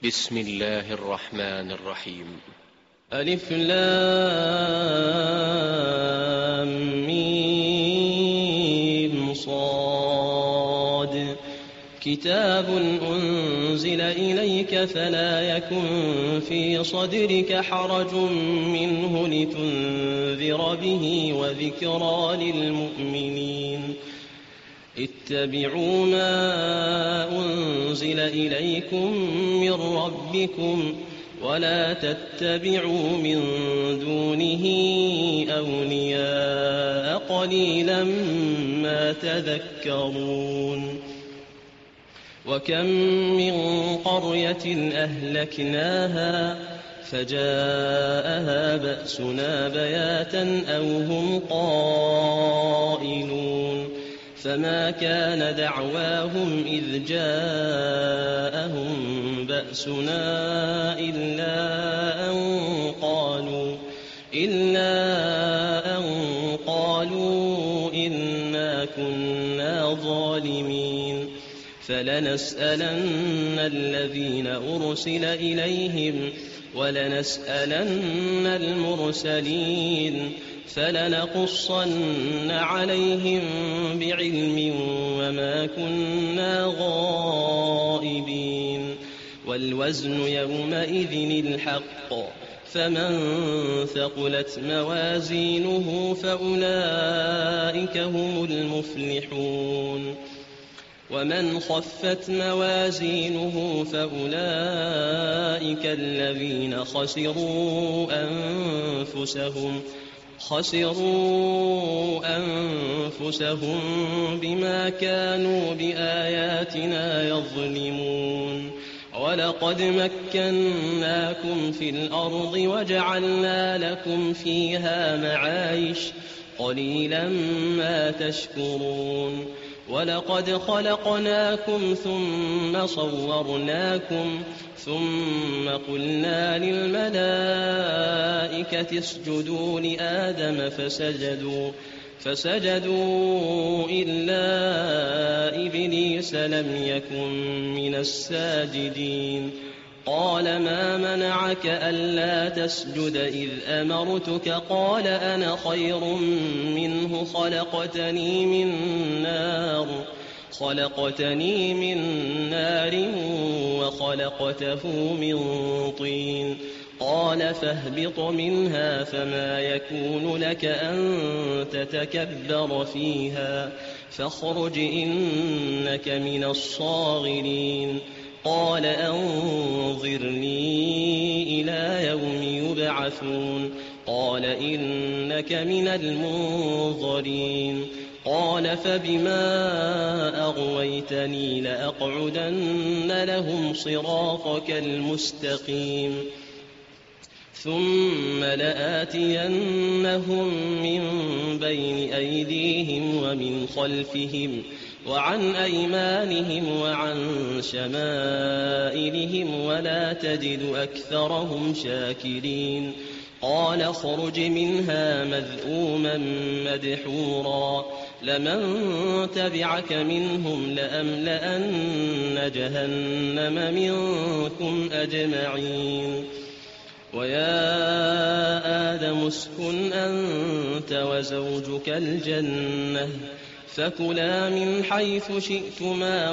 بسم الله الرحمن الرحيم. ألف لام ميم صاد. كتاب أنزل إليك فلا يكن في صدرك حرج منه لتنذر به وذكرى للمؤمنين. اتبعوا ما أنزل إليكم من ربكم ولا تتبعوا من دونه أولياء قليلا ما تذكرون. وكم من قرية أهلكناها فجاءها بأسنا بياتا أو هم قائلون. فما كان دعواهم إذ جاءهم بأسنا إلا أن قالوا إنا كنا ظالمين. فلنسألن الذين أرسل إليهم ولنسألن المرسلين فلنقصن عليهم بعلم وما كنا غائبين. والوزن يومئذ الحق فمن ثقلت موازينه فأولئك هم المفلحون. ومن خفت موازينه فأولئك الذين خسروا أنفسهم بما كانوا بآياتنا يظلمون. ولقد مكناكم في الأرض وجعلنا لكم فيها معايش قليلا ما تشكرون. ولقد خلقناكم ثم صورناكم ثم قلنا للملائكة اسجدوا لآدم فسجدوا إلا إبليس لم يكن من الساجدين. قال ما منعك ألا تسجد إذ أمرتك؟ قال أنا خير منه خلقتني من نار وخلقته من طين. قال فاهبط منها فما يكون لك أن تتكبر فيها فاخرج إنك من الصاغرين. قال أنظرني إلى يوم يبعثون. قال إنك من المنظرين. قال فبما أغويتني لأقعدن لهم صراطك المستقيم ثم لآتينهم من بين أيديهم ومن خلفهم وعن أيمانهم وعن شمائلهم ولا تجد أكثرهم شاكرين. قال اخرج منها مذءوما مدحورا لمن تبعك منهم لأملأن جهنم منكم أجمعين. ويا آدم اسكن أنت وزوجك الجنة فكلا من حيث شئتما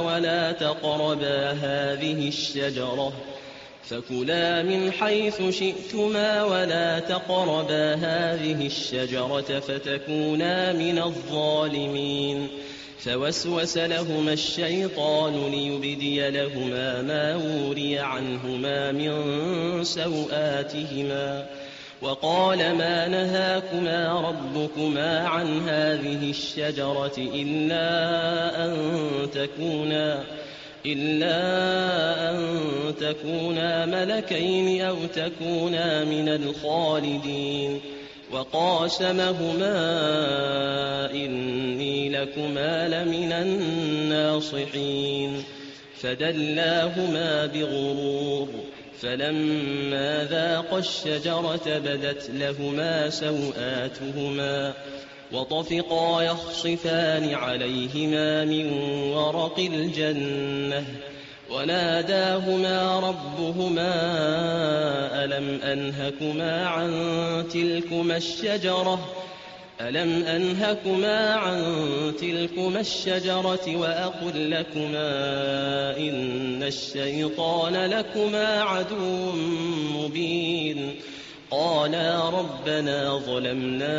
ولا تقربا هذه الشجرة فتكونا من الظالمين. فوسوس لهما الشيطان ليبدي لهما ما وري عنهما من سوآتهما وقال ما نهاكما ربكما عن هذه الشجرة إلا أن تكونا ملكين أو تكونا من الخالدين. وقاسمهما إني لكما لمن الناصحين. فدلاهما بغرور فلما ذاقا الشجرة بدت لهما سوآتهما وطفقا يخصفان عليهما من ورق الجنة وناداهما ربهما ألم أنهكما عن تلكما الشجرة وأقل لكما إن الشيطان لكما عدو مبين قالا ربنا ظلمنا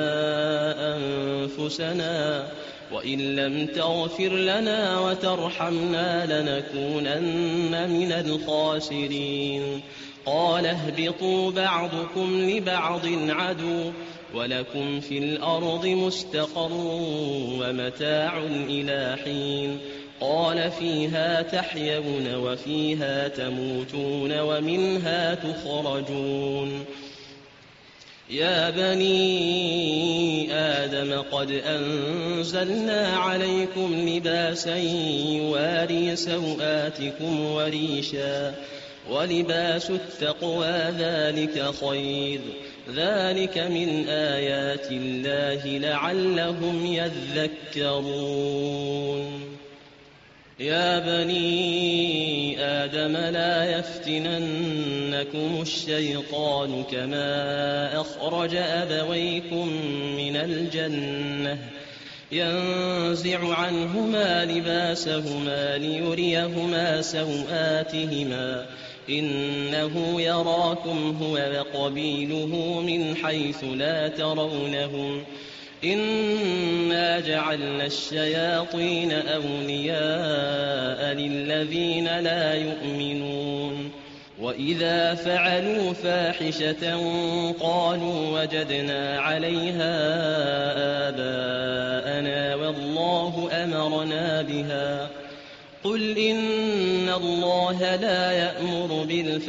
أنفسنا وإن لم تغفر لنا وترحمنا لنكونن من الخاسرين قال اهبطوا بعضكم لبعض عدو ولكم في الأرض مستقر ومتاع إلى حين قال فيها تحيون وفيها تموتون ومنها تخرجون يا بني آدم قد أنزلنا عليكم لباسا يواري سوآتكم وريشا ولباس التقوى ذلك خير ذلك من آيات الله لعلهم يذكرون يا بني آدم لا يفتننكم الشيطان كما أخرج أبويكم من الجنة ينزع عنهما لباسهما ليريهما سوآتهما إنه يراكم هو وقبيله من حيث لا ترونهم إنا جعلنا الشياطين أولياء للذين لا يؤمنون وإذا فعلوا فاحشة قالوا وجدنا عليها آباءنا والله أمرنا بها قل إن الله لا يأمر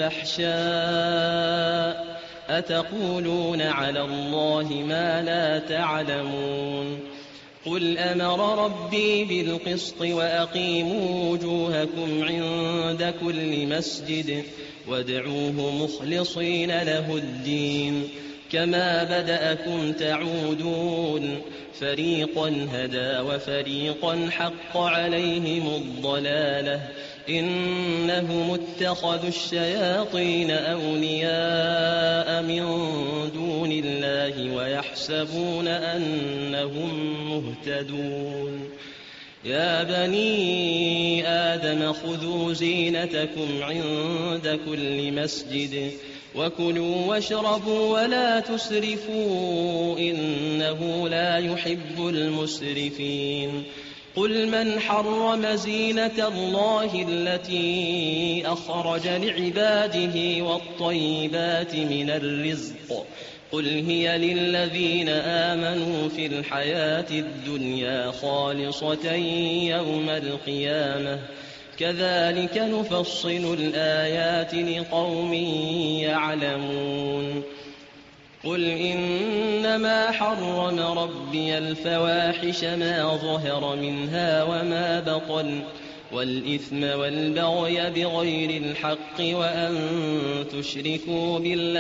بالفحشاء أتقولون على الله ما لا تعلمون قل أمر ربي بالقسط وأقيموا وجوهكم عند كل مسجد وادعوه مخلصين له الدين كما بدأكم تعودون فريقا هدى وفريقا حق عليهم الضلالة إنهم اتخذوا الشياطين أولياء من دون الله ويحسبون أنهم مهتدون يا بني آدم خذوا زينتكم عند كل مسجد وكلوا واشربوا ولا تسرفوا إنه لا يحب المسرفين قل من حرم زينة الله التي أخرج لعباده والطيبات من الرزق قل هي للذين آمنوا في الحياة الدنيا خالصة يوم القيامة كذلك نفصل الآيات لقوم يعلمون قل إنما حرم ربي الفواحش ما ظهر منها وما بطن والإثم والبغي بغير الحق وأن تشركوا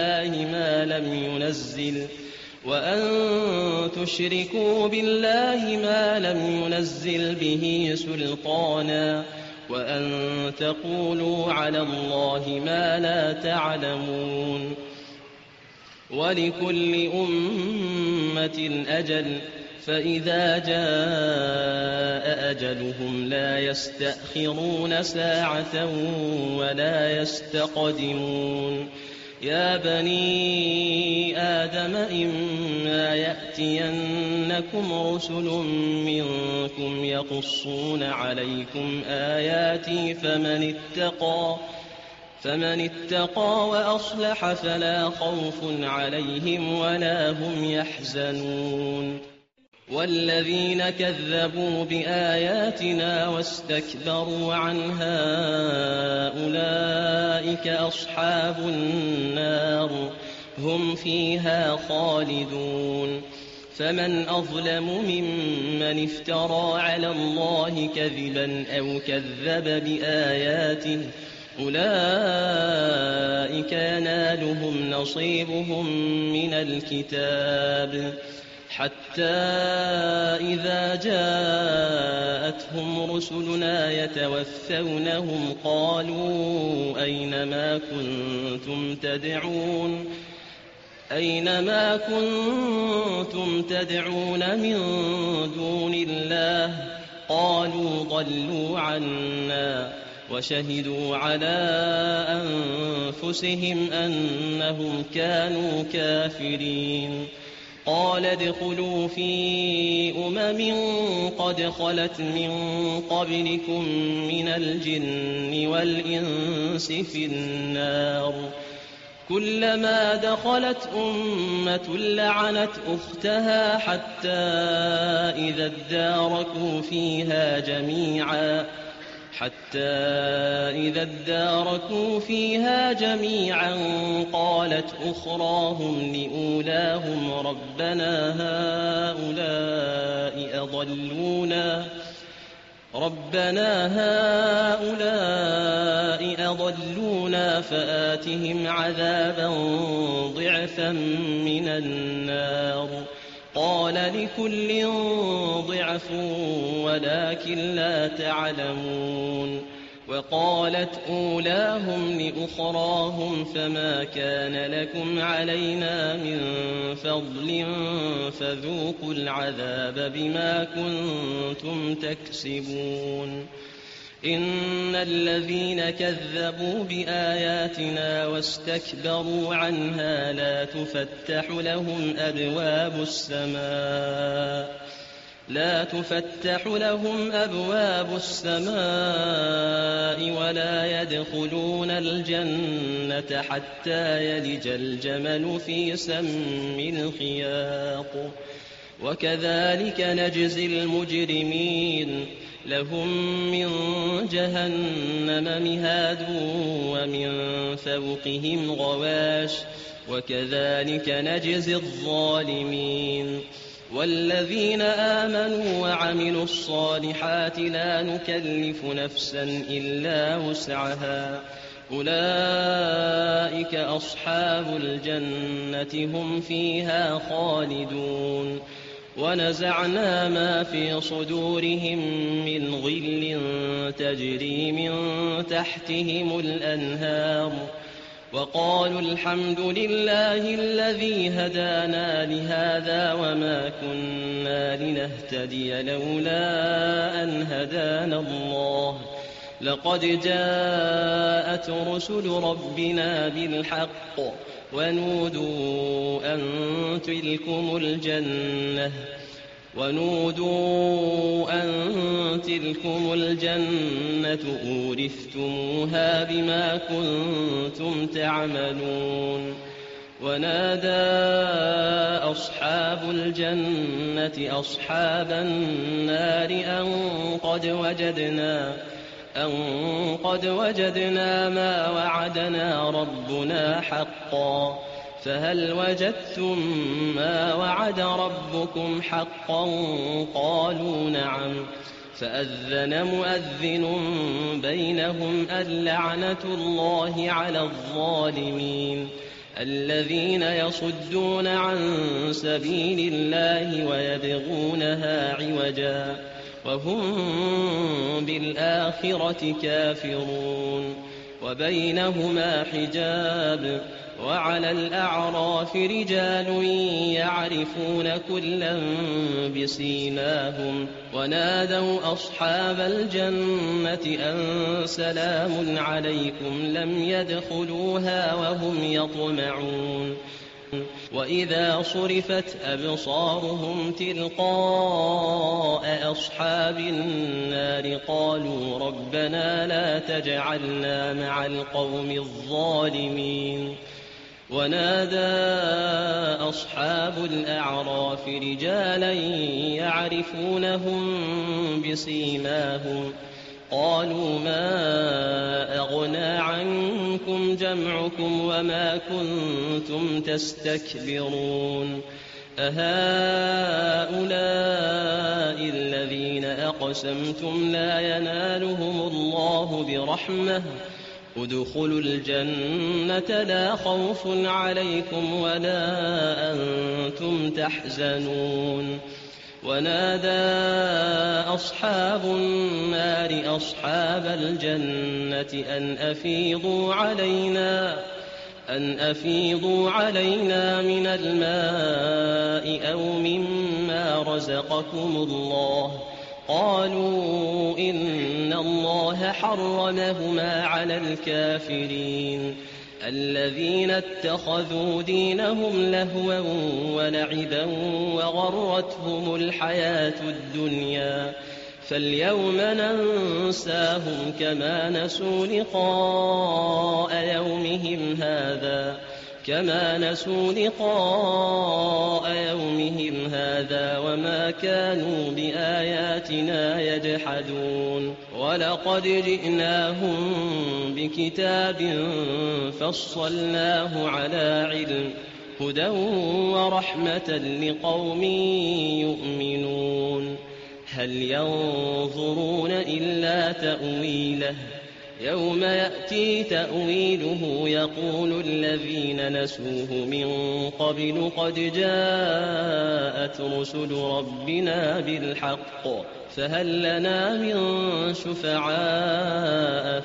بالله ما لم ينزل به سلطانا وأن تقولوا على الله ما لا تعلمون ولكل أمة أجل فإذا جاء أجلهم لا يستأخرون ساعة ولا يستقدمون يا بني آدم إما يأتينكم رسل منكم يقصون عليكم آياتي فمن اتقى وأصلح فلا خوف عليهم ولا هم يحزنون والذين كذبوا بآياتنا واستكبروا عنها أولئك أصحاب النار هم فيها خالدون فمن أظلم ممن افترى على الله كذبا أو كذب بآياته أولئك ينالهم نصيبهم من الكتاب حتى إذا جاءتهم رسلنا يتوفونهم قالوا أينما كنتم تدعون من دون الله قالوا ضلوا عنا وشهدوا على أنفسهم أنهم كانوا كافرين. قال ادخلوا في قد خلت من قبلكم من الجن والإنس في النار كلما دخلت أمة لعنت أختها حتى إذا اداركوا فيها جميعا قالت أخراهم لأولاهم ربنا هؤلاء أضلونا فآتهم عذابا ضعفا من النار. قال لكل ضعف ولكن لا تعلمون. وقالت أولاهم لأخراهم فما كان لكم علينا من فضل فذوقوا العذاب بما كنتم تكسبون. إن الذين كذبوا بآياتنا واستكبروا عنها لا تفتح لهم أبواب السماء ولا يدخلون الجنة حتى يلج الجمل في سم الخياط وكذلك نجزي المجرمين. لهم من جهنم مهاد ومن فوقهم غواش وكذلك نجزي الظالمين. والذين آمنوا وعملوا الصالحات لا نكلف نفسا إلا وسعها أولئك أصحاب الجنة هم فيها خالدون. ونزعنا ما في صدورهم من غل تجري من تحتهم الأنهار وقالوا الحمد لله الذي هدانا لهذا وما كنا لنهتدي لولا أن هدانا الله لقد جاءت رسل ربنا بالحق ونودوا أن تلكم الجنة أورثتموها بما كنتم تعملون. ونادى أصحاب الجنة أصحاب النار أن قد وجدنا ما وعدنا ربنا حقا فهل وجدتم ما وعد ربكم حقا قالوا نعم فأذن مؤذن بينهم اللعنة الله على الظالمين الذين يصدون عن سبيل الله ويبغونها عوجا وهم بالآخرة كافرون. وبينهما حجاب وعلى الأعراف رجال يعرفون كلا بسيماهم ونادوا أصحاب الجنة أن سلام عليكم لم يدخلوها وهم يطمعون. وإذا صرفت أبصارهم تلقاء أصحاب النار قالوا ربنا لا تجعلنا مع القوم الظالمين. ونادى أصحاب الأعراف رجالا يعرفونهم بسيماهم قالوا ما أغنى عنكم جمعكم وما كنتم تستكبرون أهؤلاء الذين أقسمتم لا ينالهم الله برحمة ادخلوا الجنة لا خوف عليكم ولا أنتم تحزنون. ونادى أصحاب النار أصحاب الجنة أن أفيضوا علينا من الماء أو مما رزقكم الله. قالوا إن الله حرمهما على الكافرين الذين اتخذوا دينهم لهوا ولعبا وغرتهم الحياة الدنيا فاليوم ننساهم كما نسوا لقاء يومهم هذا وما كانوا بآياتنا يجحدون. ولقد جئناهم بكتاب فصلناه على علم هدى ورحمة لقوم يؤمنون. هل ينظرون إلا تأويله يوم يأتي تأويله يقول الذين نسوه من قبل قد جاءت رسل ربنا بالحق فهل لنا من شفعاء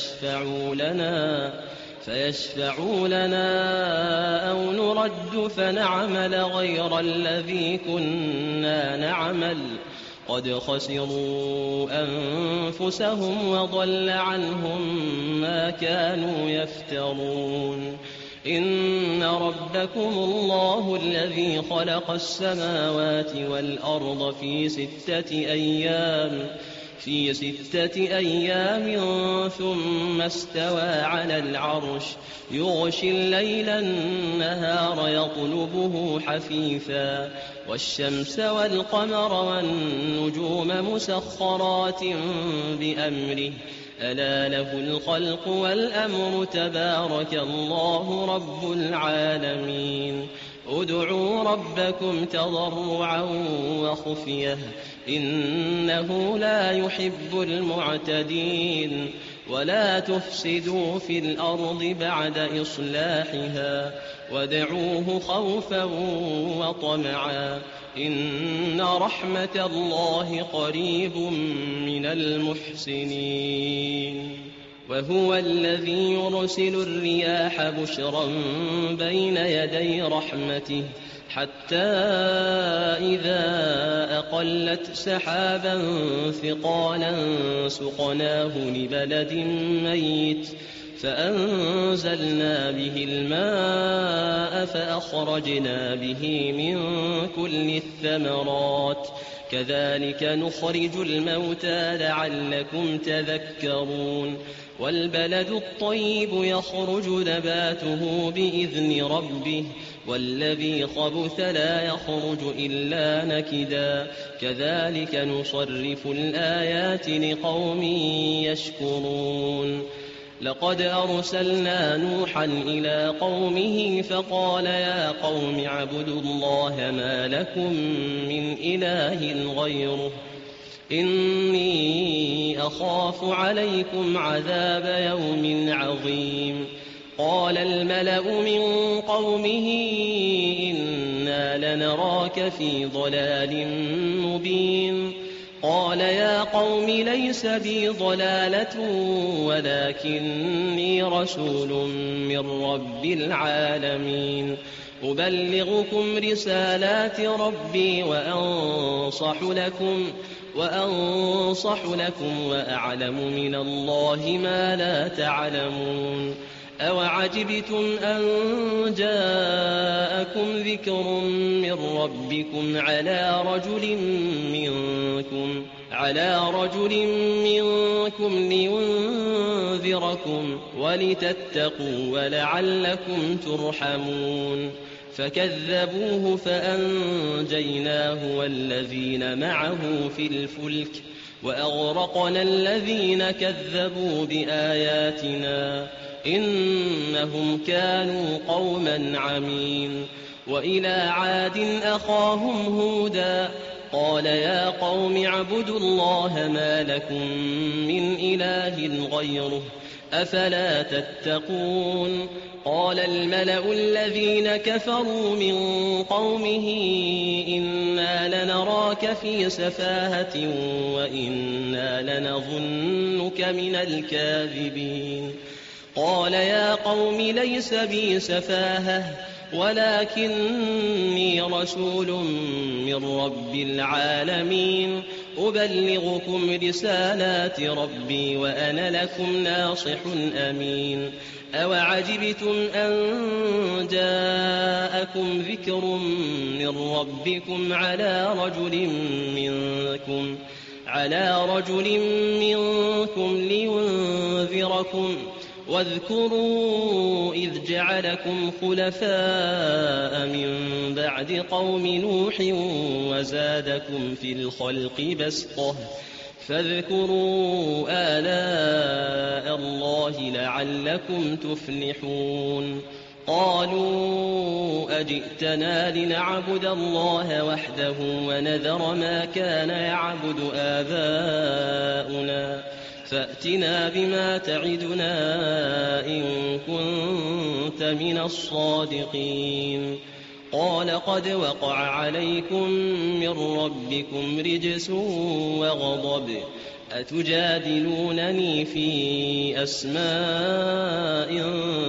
فيشفعوا لنا أو نرد فنعمل غير الذي كنا نعمل قد خسروا أنفسهم وضل عنهم ما كانوا يفترون. إن ربكم الله الذي خلق السماوات والأرض في ستة أيام ثم استوى على العرش يغشي الليل النهار يطلبه حثيثا والشمس والقمر والنجوم مسخرات بأمره ألا له الخلق والأمر تبارك الله رب العالمين. ادعوا ربكم تضرعا وخفية إنه لا يحب المعتدين. ولا تفسدوا في الأرض بعد إصلاحها وادعوه خوفا وطمعا إن رحمة الله قريب من المحسنين. وهو الذي يرسل الرياح بشرا بين يدي رحمته حتى إذا أقلت سحابا ثقالا سقناه لبلد ميت فأنزلنا به الماء فأخرجنا به من كل الثمرات كذلك نخرج الموتى لعلكم تذكرون. والبلد الطيب يخرج نباته بإذن ربه والذي خبث لا يخرج إلا نكدا كذلك نصرف الآيات لقوم يشكرون. لقد أرسلنا نوحا إلى قومه فقال يا قوم اعبدوا الله ما لكم من إله غيره إني أخاف عليكم عذاب يوم عظيم. قال الملأ من قومه إنا لنراك في ضلال مبين. قال يا قوم ليس بي ضلالة ولكني رسول من رب العالمين أبلغكم رسالات ربي وأنصح لكم وأعلم من الله ما لا تعلمون. أوعجبتم أن جاءكم ذكر من ربكم على رجل منكم لينذركم ولتتقوا ولعلكم ترحمون. فكذبوه فأنجيناه والذين معه في الفلك وأغرقنا الذين كذبوا بآياتنا إنهم كانوا قوما عمين. وإلى عاد أخاهم هودا قال يا قوم اعبدوا الله ما لكم من إله غيره أفلا تتقون قال الملأ الذين كفروا من قومه إنا لنراك في سفاهة وإنا لنظنك من الكاذبين قال يا قوم ليس بي سفاهة ولكني رسول من رب العالمين أبلغكم رسالات ربي وأنا لكم ناصح أمين أوعجبتم أن جاءكم ذكر من ربكم على رجل منكم لينذركم واذكروا إذ جعلكم خلفاء من بعد قوم نوح وزادكم في الخلق بسطة فاذكروا آلاء الله لعلكم تفلحون قالوا أجئتنا لنعبد الله وحده ونذر ما كان يعبد آباؤنا فأتنا بما تعدنا إن كنت من الصادقين قال قد وقع عليكم من ربكم رجس وغضب أتجادلونني في أسماء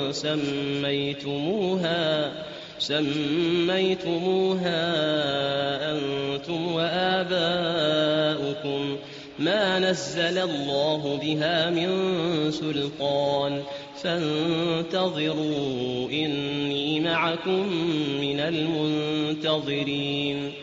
سميتموها أنتم وآباؤكم ما نزل الله بها من سلطان فانتظروا إني معكم من المنتظرين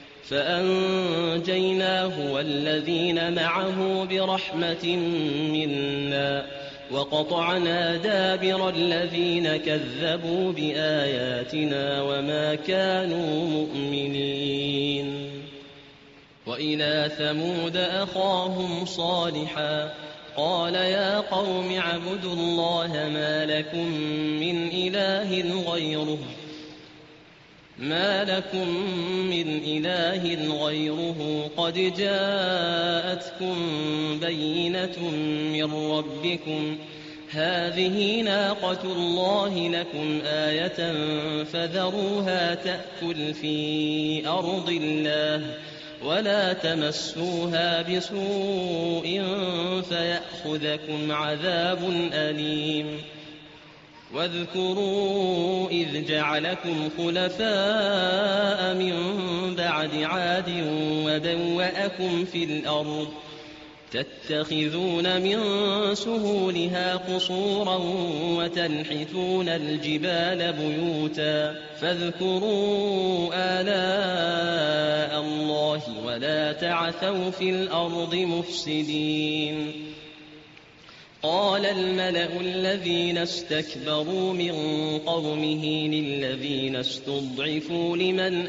فأنجيناه والذين معه برحمة منا وقطعنا دابر الذين كذبوا بآياتنا وما كانوا مؤمنين وإلى ثمود أخاهم صالحا قال يا قوم اعبدوا الله ما لكم من إله غيره قد جاءتكم بينة من ربكم هذه ناقة الله لكم آية فذروها تأكل في أرض الله ولا تمسوها بسوء فيأخذكم عذاب أليم واذكروا إذ جعلكم خلفاء من بعد عاد وبوأكم في الأرض تتخذون من سهولها قصورا وتنحتون الجبال بيوتا فاذكروا آلاء الله ولا تعثوا في الأرض مفسدين قال الملأ الذين استكبروا من قومه للذين استضعفوا لمن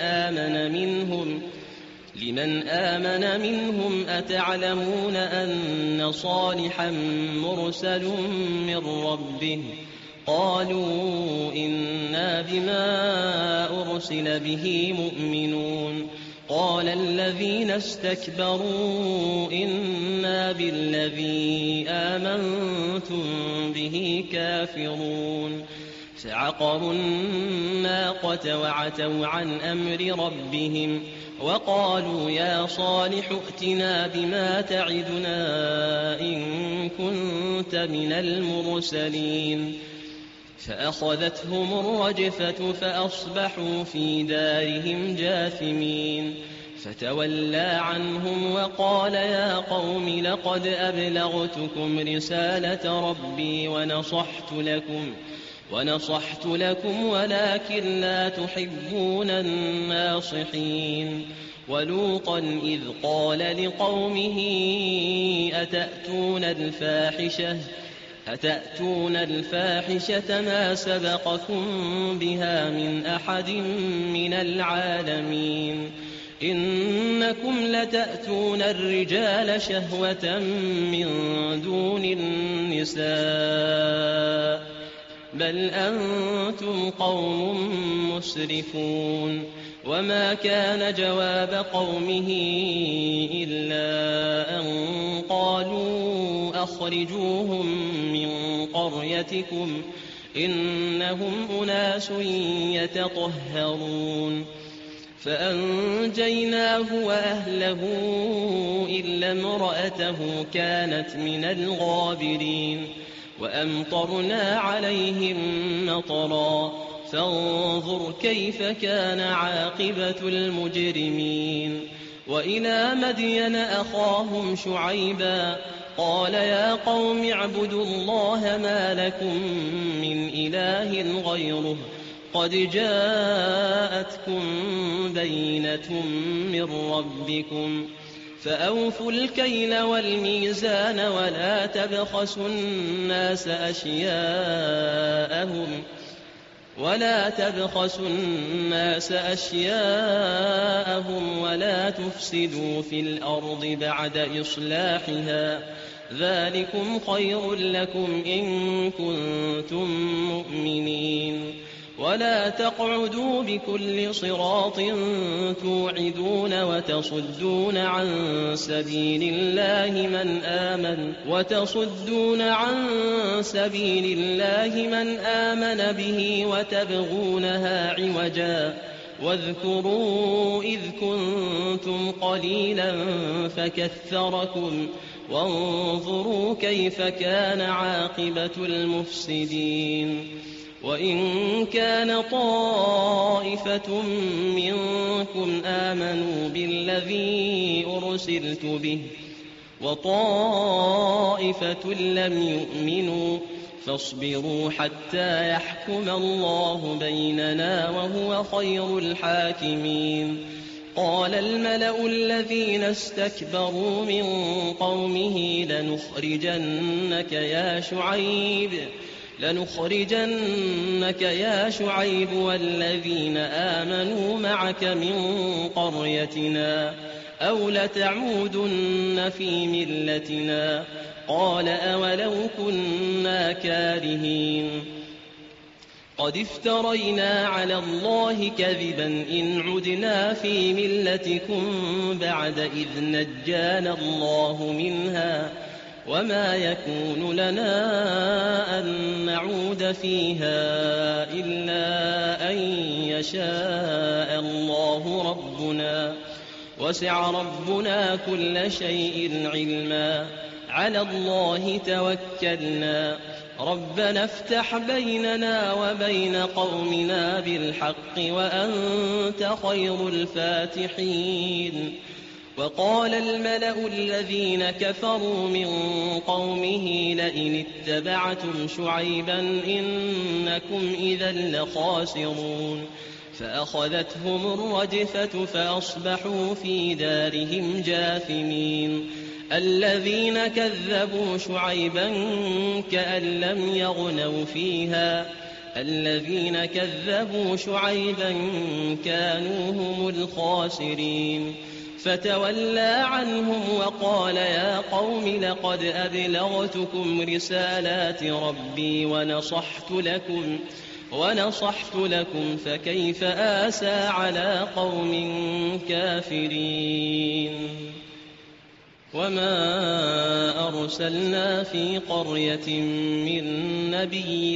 آمن منهم أتعلمون أن صالحا مرسل من ربه قالوا إنا بما أرسل به مؤمنون قال الذين استكبروا إنا بالذي آمنتم به كافرون فعقروا الناقة وعتوا عن أمر ربهم وقالوا يا صالح ائتنا بما تعدنا إن كنت من المرسلين فأخذتهم الرجفة فأصبحوا في دارهم جاثمين فتولى عنهم وقال يا قوم لقد أبلغتكم رسالة ربي ونصحت لكم ولكن لا تحبون الناصحين ولوطا إذ قال لقومه أتأتون الفاحشة ما سبقكم بها من أحد من العالمين إنكم لتأتون الرجال شهوة من دون النساء بل أنتم قوم مسرفون وما كان جواب قومه إلا أن قالوا أخرجوهم من قريتكم إنهم أناس يتطهرون فأنجيناه وأهله إلا امرأته كانت من الغابرين وأمطرنا عليهم مطرا فانظر كيف كان عاقبة المجرمين وإلى مدين أخاهم شعيبا قال يا قوم اعبدوا الله ما لكم من إله غيره قد جاءتكم بينة من ربكم فأوفوا الكيل والميزان ولا تبخسوا الناس أشياءهم ولا تفسدوا في الأرض بعد إصلاحها ذلكم خير لكم إن كنتم مؤمنين ولا تقعدوا بكل صراط توعدون وتصدون عن سبيل الله من آمن به وتبغونها عوجا واذكروا إذ كنتم قليلا فكثركم وانظروا كيف كان عاقبة المفسدين وإن كان طائفة منكم آمنوا بالذي أرسلت به وطائفة لم يؤمنوا فاصبروا حتى يحكم الله بيننا وهو خير الحاكمين قال الملأ الذين استكبروا من قومه لنخرجنك يا شعيب والذين آمنوا معك من قريتنا أو لتعودن في ملتنا قال أولو كنا كارهين قد افترينا على الله كذبا إن عدنا في ملتكم بعد إذ نجانا الله منها وما يكون لنا أن نعود فيها إلا أن يشاء الله ربنا وسع ربنا كل شيء علما على الله توكلنا ربنا افتح بيننا وبين قومنا بالحق وأنت خير الفاتحين وقال الملأ الذين كفروا من قومه لئن اتبعتم شعيبا إنكم إذا لخاسرون فأخذتهم الرجفة فأصبحوا في دارهم جاثمين الذين كذبوا شعيبا كأن لم يغنوا فيها الذين كذبوا شعيبا كانوا هم الخاسرين فتولى عنهم وقال يا قوم لقد أبلغتكم رسالات ربي ونصحت لكم فكيف آسى على قوم كافرين وما أرسلنا في قرية من نبي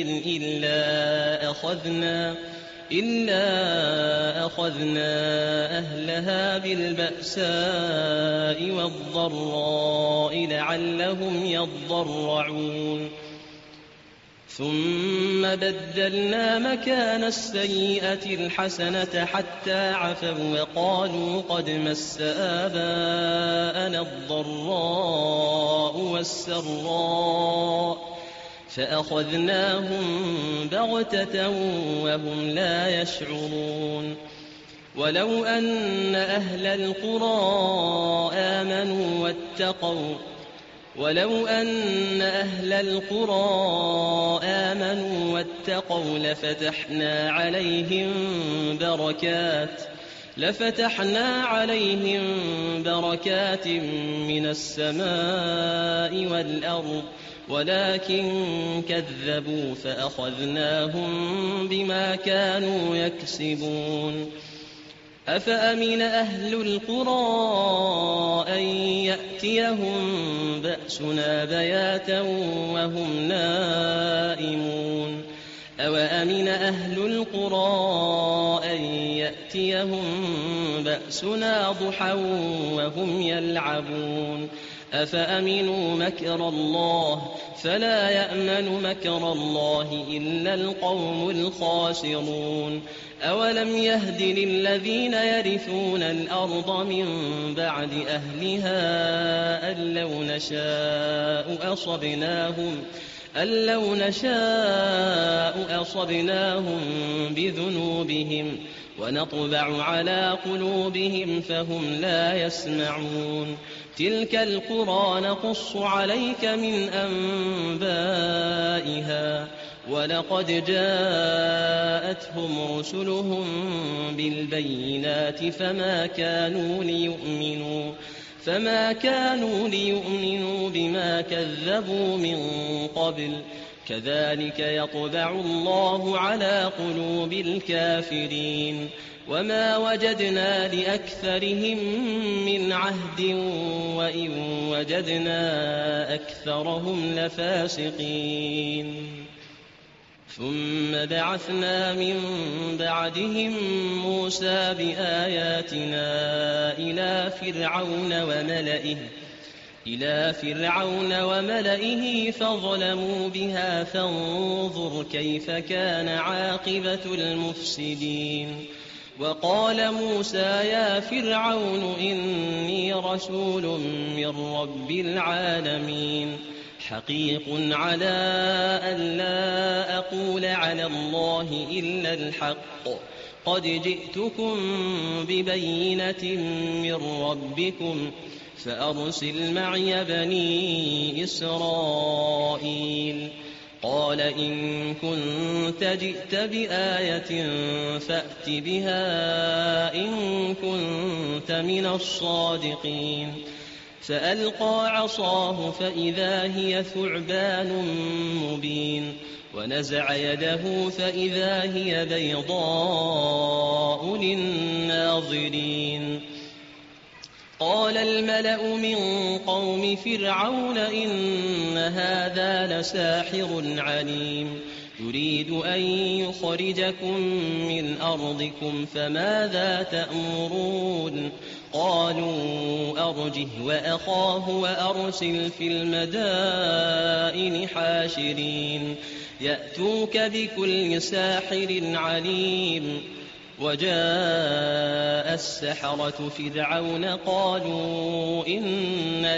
إلا أخذنا أهلها بالبأساء والضراء لعلهم يضرعون ثم بدلنا مكان السيئة الحسنة حتى عفوا وقالوا قد مس آباءنا الضراء والسراء فأخذناهم بغتة وهم لا يشعرون ولو أن أهل القرى آمنوا واتقوا لفتحنا عليهم بركات من السماء والأرض ولكن كذبوا فأخذناهم بما كانوا يكسبون أفأمن أهل القرى أن يأتيهم بأسنا بياتا وهم نائمون أوأمن أهل القرى أن يأتيهم بأسنا ضحى وهم يلعبون أفأمنوا مكر الله فلا يأمن مكر الله إلا القوم الخاسرون أولم يهد للذين يرثون الأرض من بعد أهلها أن لو نشاء أصبناهم بذنوبهم ونطبع على قلوبهم فهم لا يسمعون تلك القرى نقص عليك من أنبائها ولقد جاءتهم رسلهم بالبينات فما كانوا ليؤمنوا بما كذبوا من قبل كذلك يطبع الله على قلوب الكافرين وما وجدنا لأكثرهم من عهد وإن وجدنا أكثرهم لفاسقين ثم بعثنا من بعدهم موسى بآياتنا إلى فرعون وملئه فظلموا بها فانظر كيف كان عاقبة المفسدين وقال موسى يا فرعون إني رسول من رب العالمين حقيق على أن لا أقول على الله إلا الحق قد جئتكم ببينة من ربكم فأرسل معي بني إسرائيل قال إن كنت جئت بآية فأت بها إن كنت من الصادقين فألقى عصاه فإذا هي ثعبان مبين ونزع يده فإذا هي بيضاء للناظرين قال الملأ من قوم فرعون إن هذا لساحر عليم يريد أن يخرجكم من أرضكم فماذا تأمرون قالوا أرجه وأخاه وأرسل في المدائن حاشرين يأتوك بكل ساحر عليم وجاء السحرة فرعون قالوا إن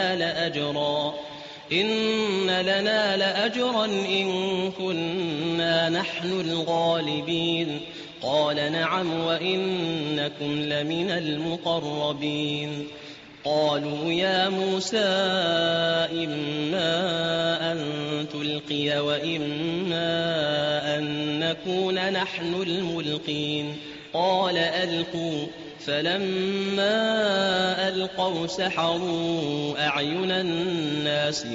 لنا لأجرا إن كنا نحن الغالبين قال نعم وإنكم لمن المقربين قالوا يا موسى إما أن تلقي وإما أن نكون نحن الملقين قال ألقوا فلما ألقوا سحروا أعين الناس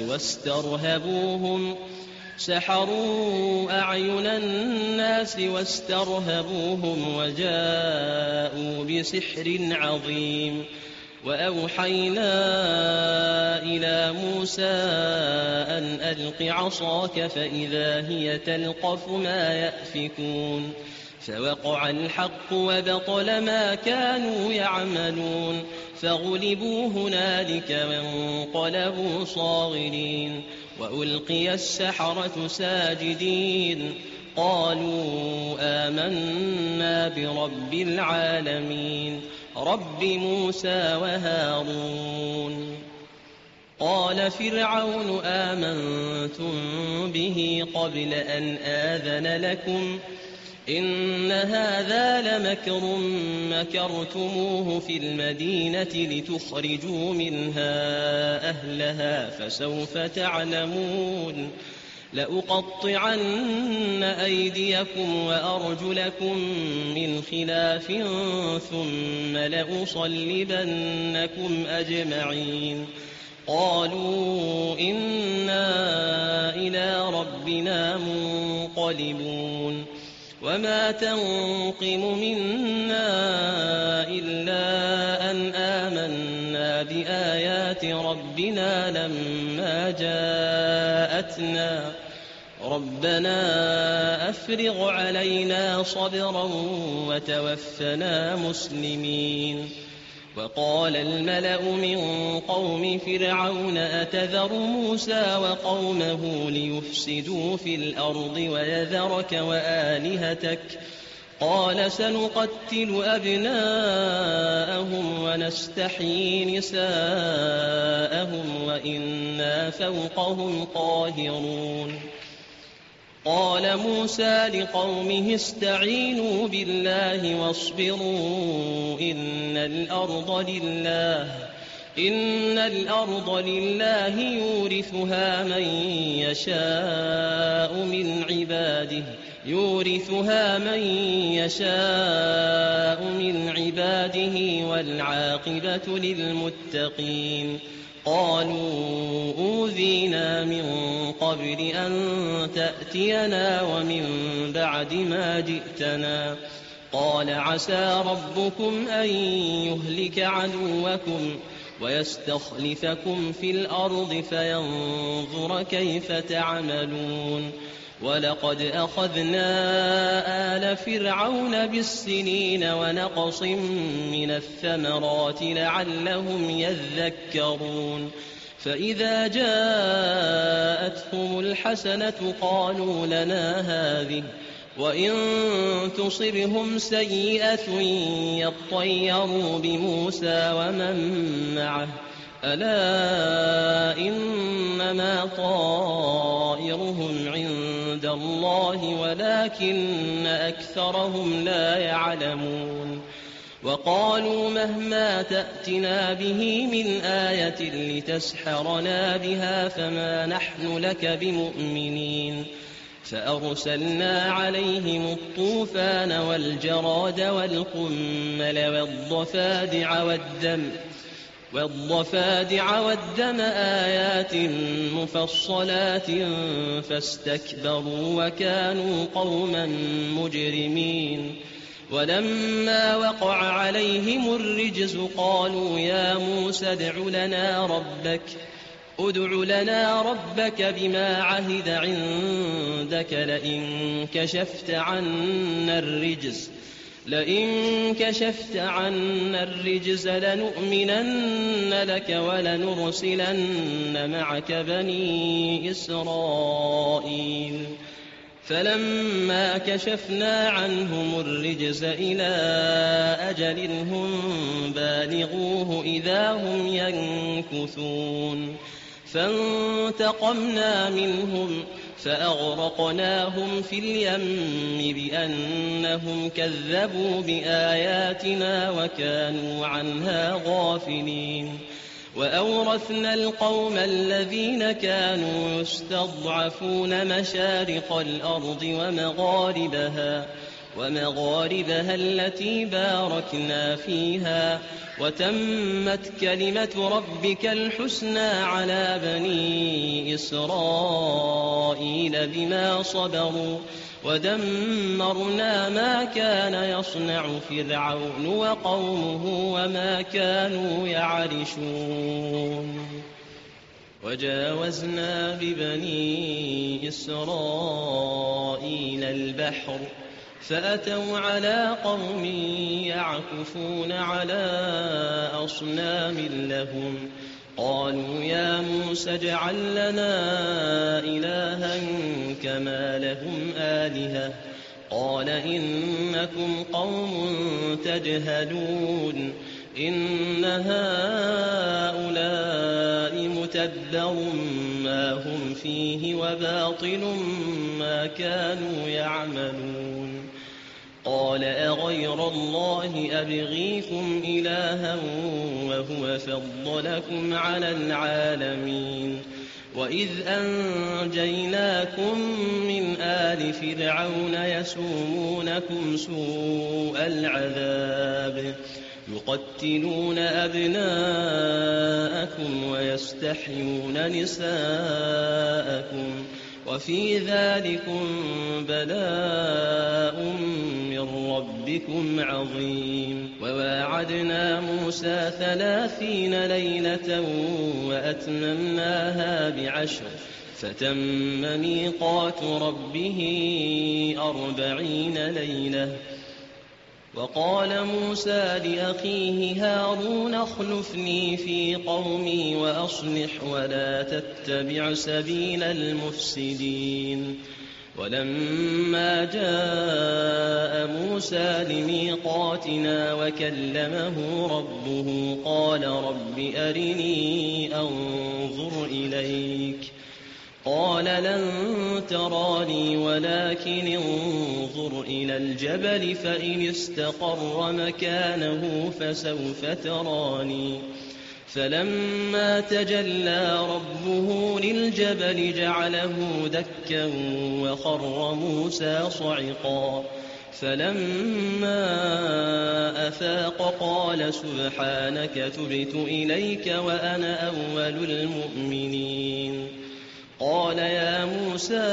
واسترهبوهم وجاءوا بسحر عظيم وأوحينا إلى موسى أن ألق عصاك فإذا هي تلقف ما يأفكون فوقع الحق وبطل ما كانوا يعملون فغلبوا هنالك وانقلبوا صاغرين وألقي السحرة ساجدين قالوا آمنا برب العالمين رب موسى وهارون قال فرعون آمنتم به قبل أن آذن لكم إن هذا لمكر مكرتموه في المدينة لتخرجوا منها أهلها فسوف تعلمون لأقطعن أيديكم وأرجلكم من خلاف ثم لأصلبنكم أجمعين قالوا إنا إلى ربنا منقلبون وما تنقم منا إلا أن آمنا بآيات ربنا لما جاءتنا ربنا أفرغ علينا صبرا وتوفنا مسلمين. وقال الملأ من قوم فرعون أتذر موسى وقومه ليفسدوا في الأرض ويذرك وآلهتك قال سنقتل أبناءهم ونستحيي نساءهم وإنا فوقهم قاهرون. قال موسى لقومه استعينوا بالله واصبروا إن الأرض لله يورثها من يشاء من عباده والعاقبة للمتقين. قالوا أوذينا من قبل أن تأتينا ومن بعد ما جئتنا قال عسى ربكم أن يهلك عدوكم ويستخلفكم في الأرض فينظر كيف تعملون. ولقد أخذنا آل فرعون بالسنين ونقص من الثمرات لعلهم يذكرون. فإذا جاءتهم الحسنة قالوا لنا هذه وإن تصبهم سيئة يطيروا بموسى ومن معه ألا إنما طائرهم عند الله ولكن أكثرهم لا يعلمون. وقالوا مهما تأتنا به من آية لتسحرنا بها فما نحن لك بمؤمنين. فأرسلنا عليهم الطوفان والجراد والقمل والضفادع والدم آيات مفصلات فاستكبروا وكانوا قوما مجرمين. ولما وقع عليهم الرجز قالوا يا موسى ادع لنا ربك بما عهد عندك لئن كشفت عنا الرجز لنؤمنن لك ولنرسلن معك بني إسرائيل. فلما كشفنا عنهم الرجز إلى أجل هم بالغوه إذا هم ينكثون. فانتقمنا منهم فأغرقناهم في اليم بأنهم كذبوا بآياتنا وكانوا عنها غافلين. وأورثنا القوم الذين كانوا يستضعفون مشارق الأرض ومغاربها التي باركنا فيها وتمت كلمة ربك الحسنى على بني إسرائيل بما صبروا ودمرنا ما كان يصنع فرعون وقومه وما كانوا يعرشون. وجاوزنا ببني إسرائيل البحر فأتوا على قوم يعكفون على أصنام لهم قالوا يا موسى اجعل لنا إلها كما لهم آلهة قال إنكم قوم تجهلون إن هؤلاء متبر ما هم فيه وباطل ما كانوا يعملون. قال أغير الله أبغيكم إلها وهو فضلكم على العالمين. وإذ أنجيناكم من آل فرعون يسومونكم سوء العذاب يقتلون أبناءكم ويستحيون نساءكم وفي ذلكم بلاء من ربكم عظيم. وواعدنا موسى 30 ليلة وأتممناها ب10 فتم ميقات ربه 40 ليلة. وقال موسى لأخيه هارون اخلفني في قومي وأصلح ولا تتبع سبيل المفسدين. ولما جاء موسى لميقاتنا وكلمه ربه قال رب أرني أنظر إليك قال لن تراني ولكن انظر إلى الجبل فإن استقر مكانه فسوف تراني. فلما تجلى ربه للجبل جعله دكا وخر موسى صعقا. فلما أفاق قال سبحانك تبت إليك وأنا أول المؤمنين. قال يا موسى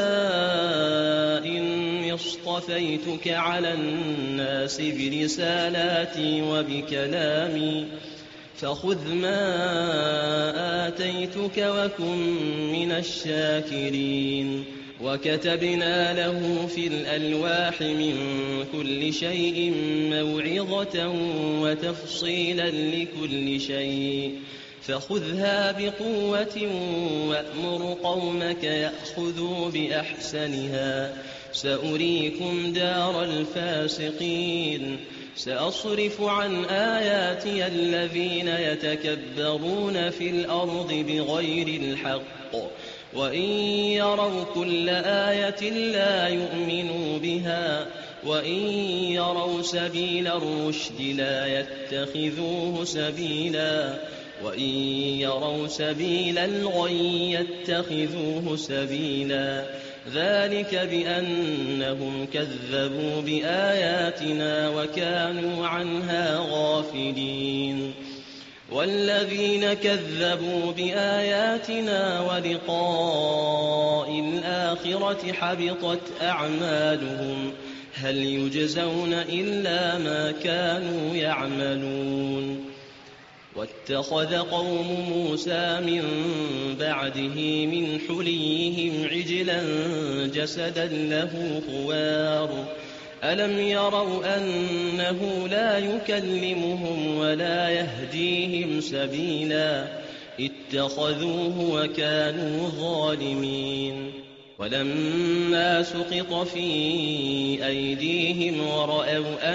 إني اصطفيتك على الناس برسالاتي وبكلامي فخذ ما آتيتك وكن من الشاكرين. وكتبنا له في الألواح من كل شيء موعظة وتفصيلا لكل شيء فخذها بقوة وأمر قومك يأخذوا بأحسنها سأريكم دار الفاسقين. سأصرف عن آياتي الذين يتكبرون في الأرض بغير الحق وإن يروا كل آية لا يؤمنوا بها وإن يروا سبيل الرشد لا يتخذوه سبيلا وإن يروا سبيل الغي يتخذوه سبيلا. ذلك بأنهم كذبوا بآياتنا وكانوا عنها غافلين. والذين كذبوا بآياتنا ولقاء الآخرة حبطت أعمالهم هل يجزون إلا ما كانوا يعملون. واتخذ قوم موسى من بعده من حليهم عجلا جسدا له خوار ألم يروا أنه لا يكلمهم ولا يهديهم سبيلا اتخذوه وكانوا ظالمين. ولما سقط في أيديهم ورأوا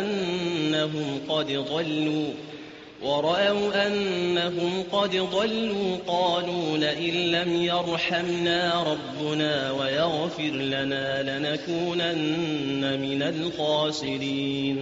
أنهم قد ضلوا قالوا لئن لم يرحمنا ربنا ويغفر لنا لنكونن من الخاسرين.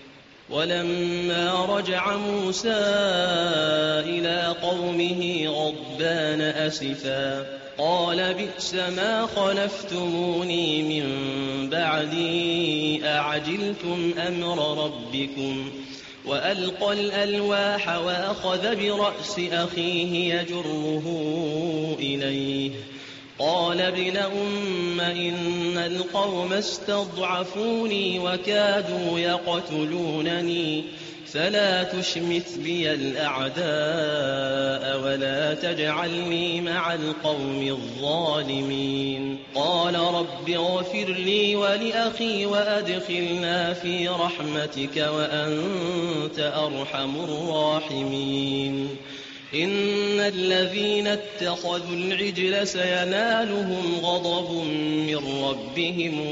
ولما رجع موسى إلى قومه غضبان أسفا قال بئس ما خلفتموني من بعدي أعجلتم أمر ربكم وألقى الألواح وأخذ برأس أخيه يجره إليه قال ابن أم إن القوم استضعفوني وكادوا يقتلونني فلا تشمت بي الأعداء ولا تجعلني مع القوم الظالمين. قال رب اغفر لي ولأخي وأدخلنا في رحمتك وأنت أرحم الراحمين. إن الذين اتخذوا العجل سينالهم غضب من ربهم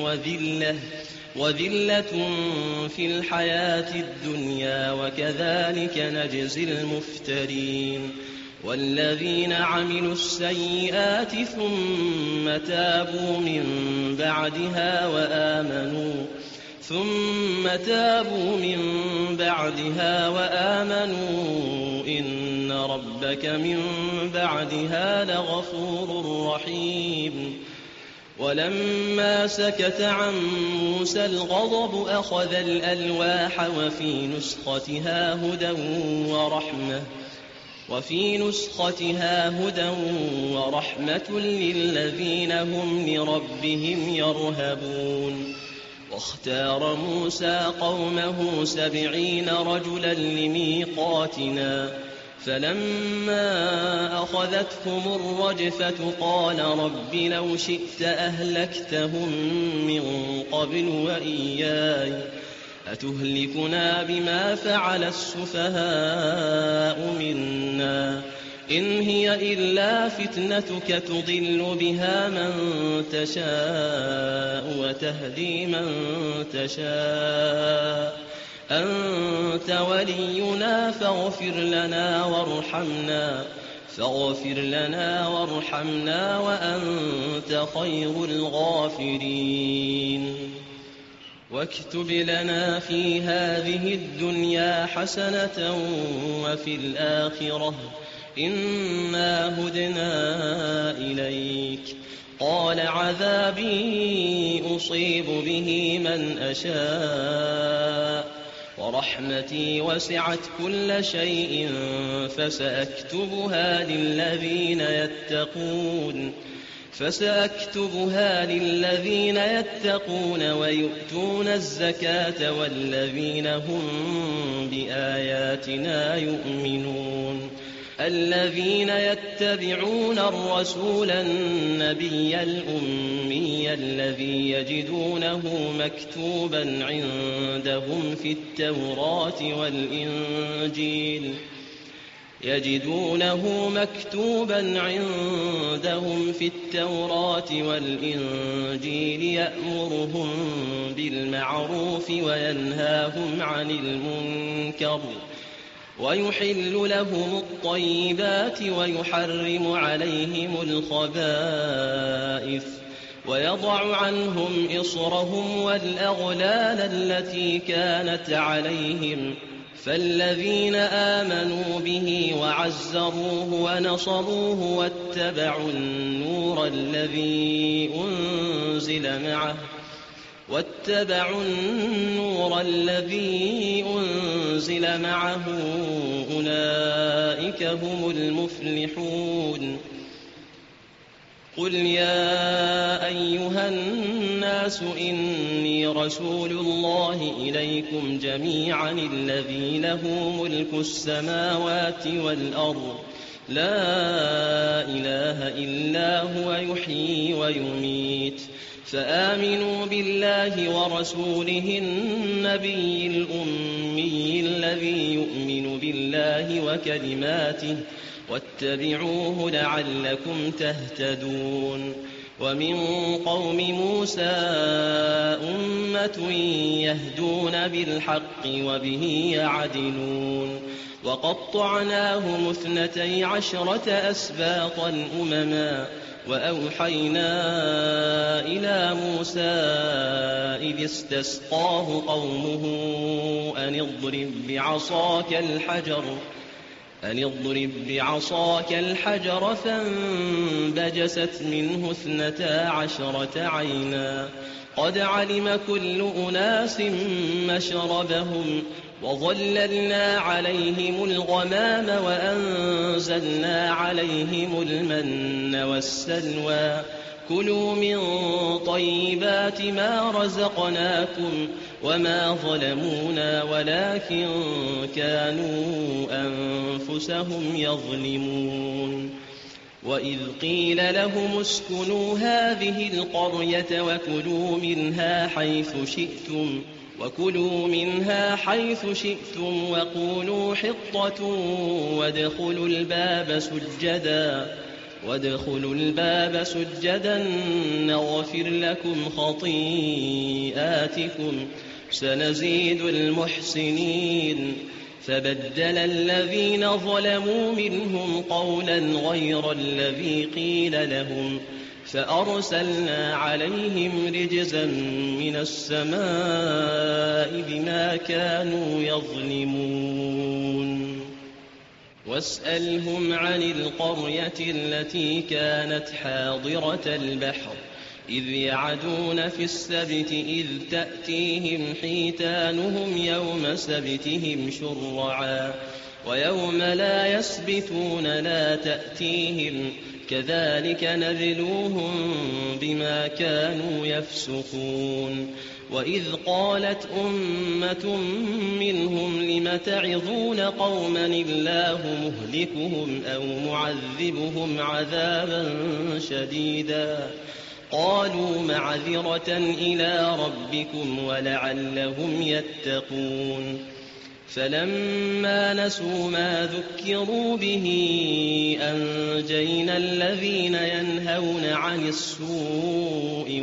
وذلة في الحياة الدنيا وكذلك نجزي المفترين. والذين عملوا السيئات ثم تابوا من بعدها وآمنوا إن ربك من بعدها لغفور رحيم. ولما سكت عن موسى الغضب أخذ الألواح وفي نسختها هدى ورحمة للذين هم لربهم يرهبون. واختار موسى قومه 70 رجلا لميقاتنا، فلما أخذتهم الرجفة قال رب لو شئت أهلكتهم من قبل وإياي أتهلكنا بما فعل السفهاء منا إن هي إلا فتنتك تضل بها من تشاء وتهدي من تشاء أنت ولينا فاغفر لنا وارحمنا وأنت خير الغافرين. واكتب لنا في هذه الدنيا حسنة وفي الآخرة إنا هدنا إليك. قال عذابي أصيب به من أشاء ورحمتي وسعت كل شيء فسأكتبها للذين يتقون ويؤتون الزكاة والذين هم بآياتنا يؤمنون. الذين يتبعون الرسول النبي الأمي الذي يجدونه مكتوبا عندهم في التوراة والإنجيل يأمرهم بالمعروف وينهاهم عن المنكر ويحل لهم الطيبات ويحرم عليهم الخبائث ويضع عنهم إصرهم والأغلال التي كانت عليهم. فالذين آمنوا به وعزروه ونصروه واتبعوا النور الذي أنزل معه أولئك هم المفلحون. قل يا أيها الناس إني رسول الله إليكم جميعا الذي له ملك السماوات والأرض لا إله إلا هو يحيي ويميت. فآمنوا بالله ورسوله النبي الأمي الذي يؤمن بالله وكلماته واتبعوه لعلكم تهتدون. ومن قوم موسى أمة يهدون بالحق وبه يعدلون. وقطعناهم 12 أسباطا أمما وأوحينا إلى موسى إذ استسقاه قومه أن اضرب بعصاك الحجر فانبجست منه 12 عينا قد علم كل أناس مشربهم وظللنا عليهم الغمام وأنزلنا عليهم المن والسلوى كلوا من طيبات ما رزقناكم وما ظلمونا ولكن كانوا أنفسهم يظلمون. وإذ قيل لهم اسكنوا هذه القرية وكلوا منها حيث شئتم وقولوا حطة وادخلوا الباب سجدا نغفر لكم خطيئاتكم سنزيد المحسنين. فبدل الذين ظلموا منهم قولا غير الذي قيل لهم فأرسلنا عليهم رجزا من السماء بما كانوا يظلمون. واسألهم عن القرية التي كانت حاضرة البحر إذ يعدون في السبت إذ تأتيهم حيتانهم يوم سبتهم شرعا ويوم لا يسبتون لا تأتيهم كذلك نبلوهم بما كانوا يفسقون وإذ قالت أمة منهم لم تعظون قوما الله مهلكهم أو معذبهم عذابا شديدا قالوا معذرة إلى ربكم ولعلهم يتقون فلما نسوا ما ذكروا به أنجينا الذين ينهون عن السوء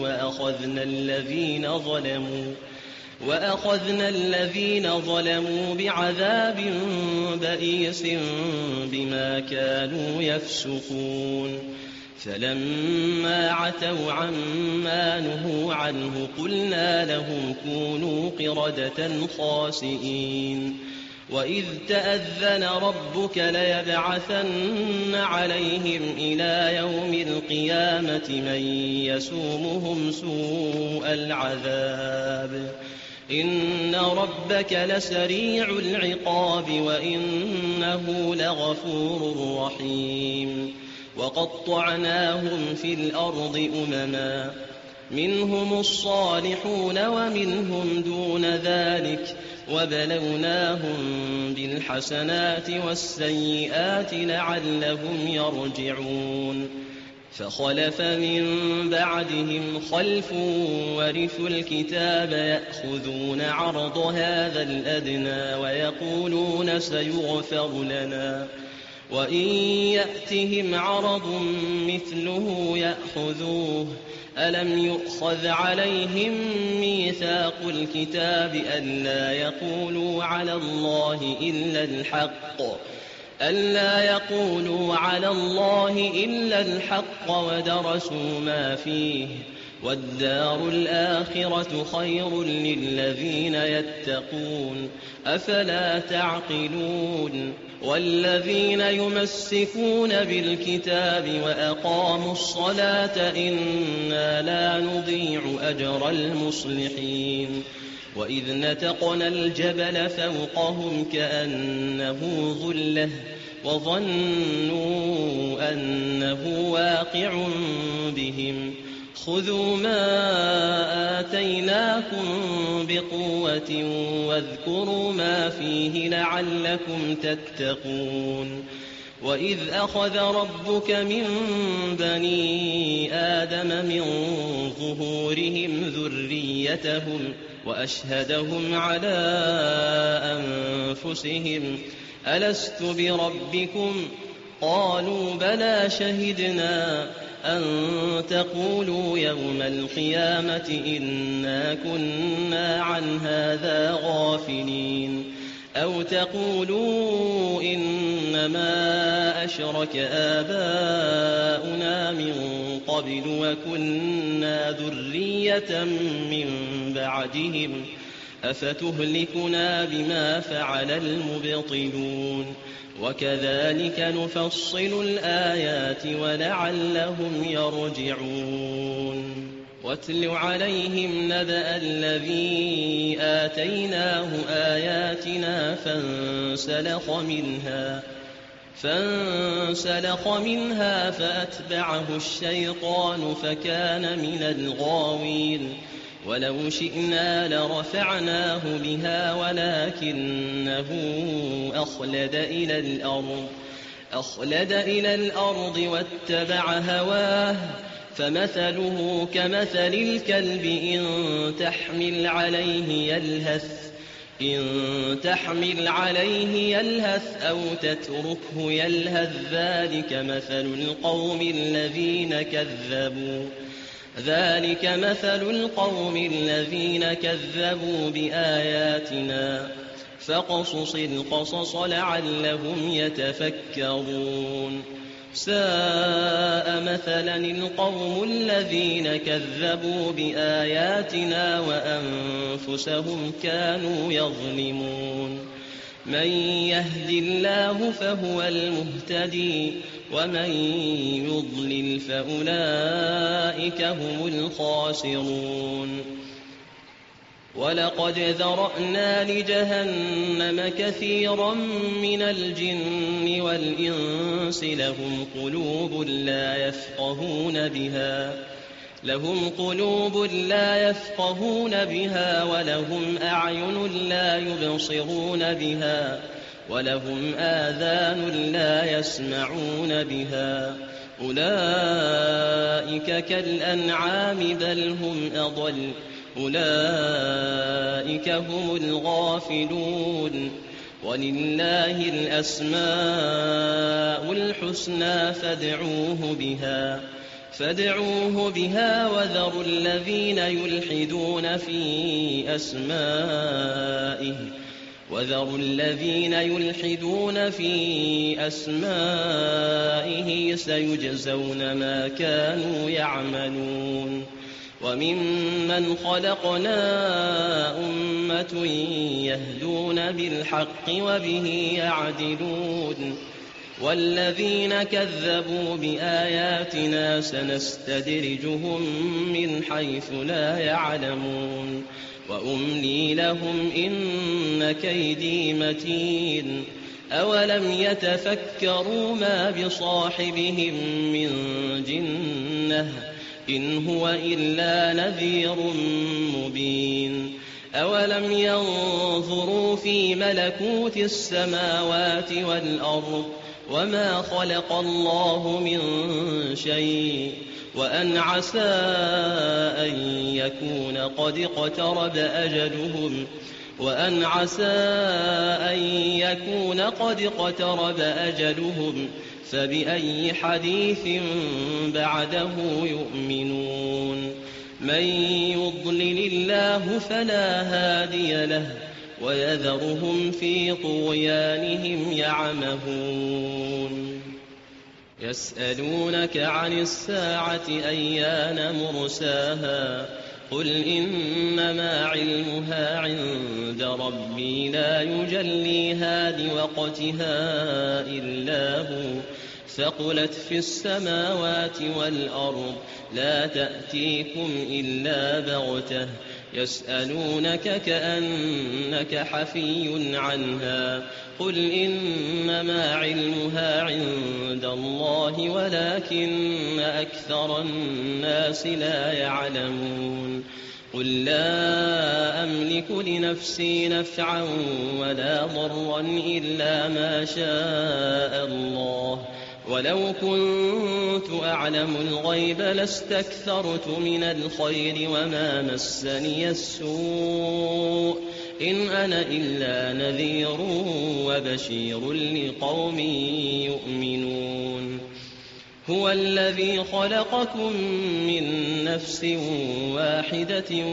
وأخذنا الذين ظلموا بعذاب بئيس بما كانوا يفسقون فلما عتوا عما نهوا عنه قلنا لهم كونوا قردة خاسئين وإذ تأذن ربك ليبعثن عليهم إلى يوم القيامة من يسومهم سوء العذاب إن ربك لسريع العقاب وإنه لغفور رحيم وقطعناهم في الأرض أمما منهم الصالحون ومنهم دون ذلك وبلوناهم بالحسنات والسيئات لعلهم يرجعون فخلف من بعدهم خلف ورثوا الكتاب يأخذون عرض هذا الأدنى ويقولون سيغفر لنا وإن يأتهم عرض مثله يأخذوه ألم يؤخذ عليهم ميثاق الكتاب ألا يقولوا على الله إلا الحق ودرسوا ما فيه والدار الآخرة خير للذين يتقون أفلا تعقلون والذين يمسكون بالكتاب وأقاموا الصلاة إنا لا نضيع أجر المصلحين وإذ نتقنا الجبل فوقهم كأنه ظلة وظنوا أنه واقع بهم خذوا ما آتيناكم بقوة واذكروا ما فيه لعلكم تتقون وإذ أخذ ربك من بني آدم من ظهورهم ذريتهم وأشهدهم على أنفسهم ألست بربكم قالوا بلى شهدنا أن تقولوا يوم القيامة إنا كنا عن هذا غافلين أو تقولوا إنما أشرك آباؤنا من قبل وكنا ذرية من بعدهم أفتهلكنا بما فعل المبطلون وكذلك نفصل الآيات ولعلهم يرجعون واتل عليهم نبأ الذي آتيناه آياتنا فانسلخ منها فأتبعه الشيطان فكان من الغاوين ولو شئنا لرفعناه بها ولكنه أخلد إلى الأرض واتبع هواه فمثله كمثل الكلب إن تحمل عليه يلهث أو تتركه يلهث ذلك مثل القوم الذين كذبوا بآياتنا فاقصص القصص لعلهم يتفكرون ساء مثلا القوم الذين كذبوا بآياتنا وأنفسهم كانوا يظلمون من يهد الله فهو المهتدي ومن يضلل فأولئك هم الخاسرون ولقد ذرأنا لجهنم كثيرا من الجن والإنس لهم قلوب لا يفقهون بها ولهم أعين لا يبصرون بها ولهم آذان لا يسمعون بها أولئك كالأنعام بل هم أضل أولئك هم الغافلون ولله الأسماء الحسنى فادعوه بها وذروا الذين يلحدون في أسمائه سيجزون ما كانوا يعملون وممن خلقنا أمة يهدون بالحق وبه يعدلون والذين كذبوا بآياتنا سنستدرجهم من حيث لا يعلمون وأملي لهم إن كيدي متين أولم يتفكروا ما بصاحبهم من جنة إن هو إلا نذير مبين أولم ينظروا في ملكوت السماوات والأرض وما خلق الله من شيء وأن عسى أن يكون قد اقترب أجلهم فبأي حديث بعده يؤمنون من يضلل الله فلا هادي له ويذرهم في طغيانهم يعمهون يسألونك عن الساعة أيان مرساها قل إنما علمها عند ربي لا يجليها لوقتها إلا هو ثقلت في السماوات والأرض لا تأتيكم إلا بغتة يسألونك كأنك حفي عنها قل إنما علمها عند الله ولكن أكثر الناس لا يعلمون قل لا أملك لنفسي نفعا ولا ضرا إلا ما شاء الله ولو كنت أعلم الغيب لاستكثرت من الخير وما مسني السوء إن أنا إلا نذير وبشير لقوم يؤمنون هو الذي خلقكم من نفس واحدة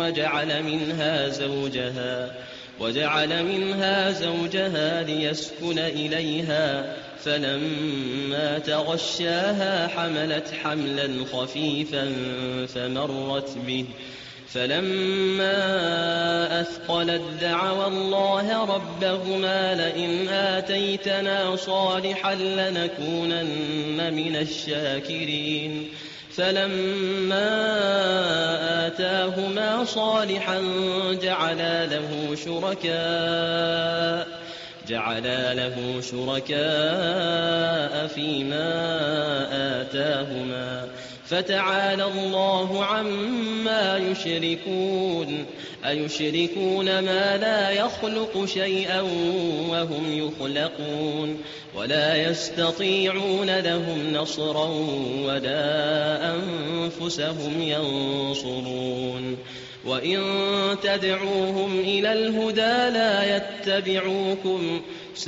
وجعل منها زوجها ليسكن إليها فلما تغشاها حملت حملا خفيفا فمرت به فلما أثقلت دعوا الله ربهما لئن آتيتنا صالحا لنكونن من الشاكرين فلما آتاهما صالحا جعلا له شركاء فيما آتاهما فتعالى الله عما يشركون أيشركون ما لا يخلق شيئا وهم يخلقون ولا يستطيعون لهم نصرا ولا أنفسهم ينصرون وإن تدعوهم إلى الهدى لا يتبعوكم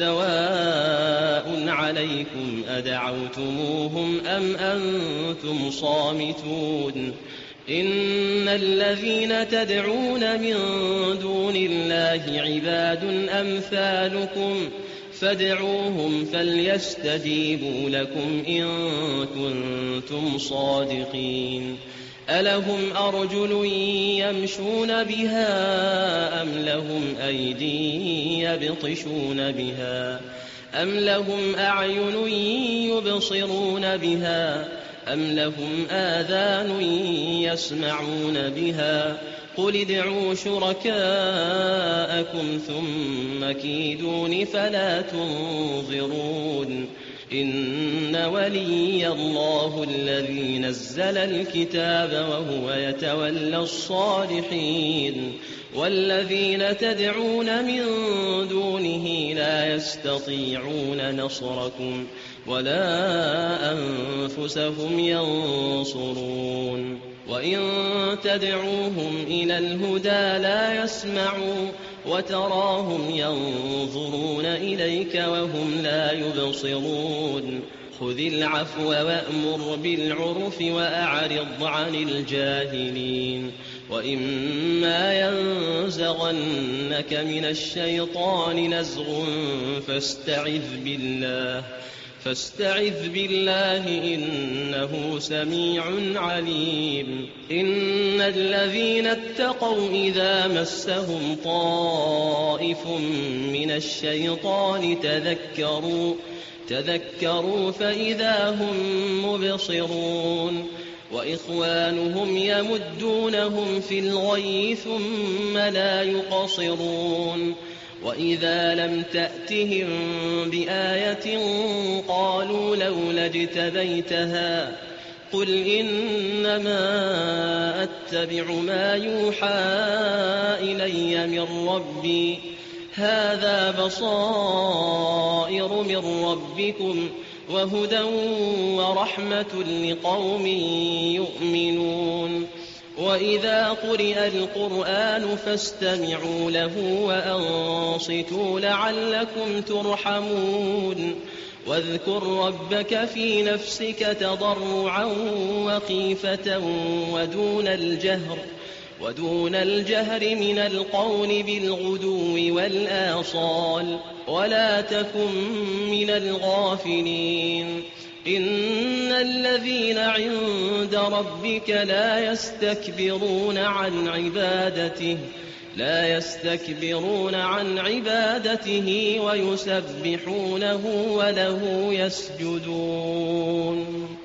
سواء عليكم أدعوتموهم أم أنتم صامتون إن الذين تدعون من دون الله عباد أمثالكم فادعوهم فليستجيبوا لكم إن كنتم صادقين ألهم أرجل يمشون بها أم لهم أيدي يبطشون بها أم لهم أعين يبصرون بها أم لهم آذان يسمعون بها قل ادعوا شركاءكم ثم كيدون فلا تنظرون إن ولي الله الذي نزل الكتاب وهو يتولى الصالحين والذين تدعون من دونه لا يستطيعون نصركم ولا أنفسهم ينصرون وإن تدعوهم إلى الهدى لا يسمعوا وتراهم ينظرون إليك وهم لا يبصرون خذ العفو وأمر بالعرف وأعرض عن الجاهلين وإما ينزغنك من الشيطان نزغ فاستعذ بالله إنه سميع عليم إن الذين اتقوا إذا مسهم طائف من الشيطان تذكروا فإذا هم مبصرون وإخوانهم يمدونهم في الغي ثم لا يقصرون وإذا لم تأتهم بآية قالوا لولا اجتبيتها قل إنما أتبع ما يوحى إلي من ربي هذا بصائر من ربكم وهدى ورحمة لقوم يؤمنون وإذا قرئ القرآن فاستمعوا له وأنصتوا لعلكم ترحمون واذكر ربك في نفسك تضرعا وخيفة ودون الجهر من القول بالغدو والآصال ولا تكن من الغافلين إن الذين عند ربك لا يستكبرون عن عبادته ويسبحونه وله يسجدون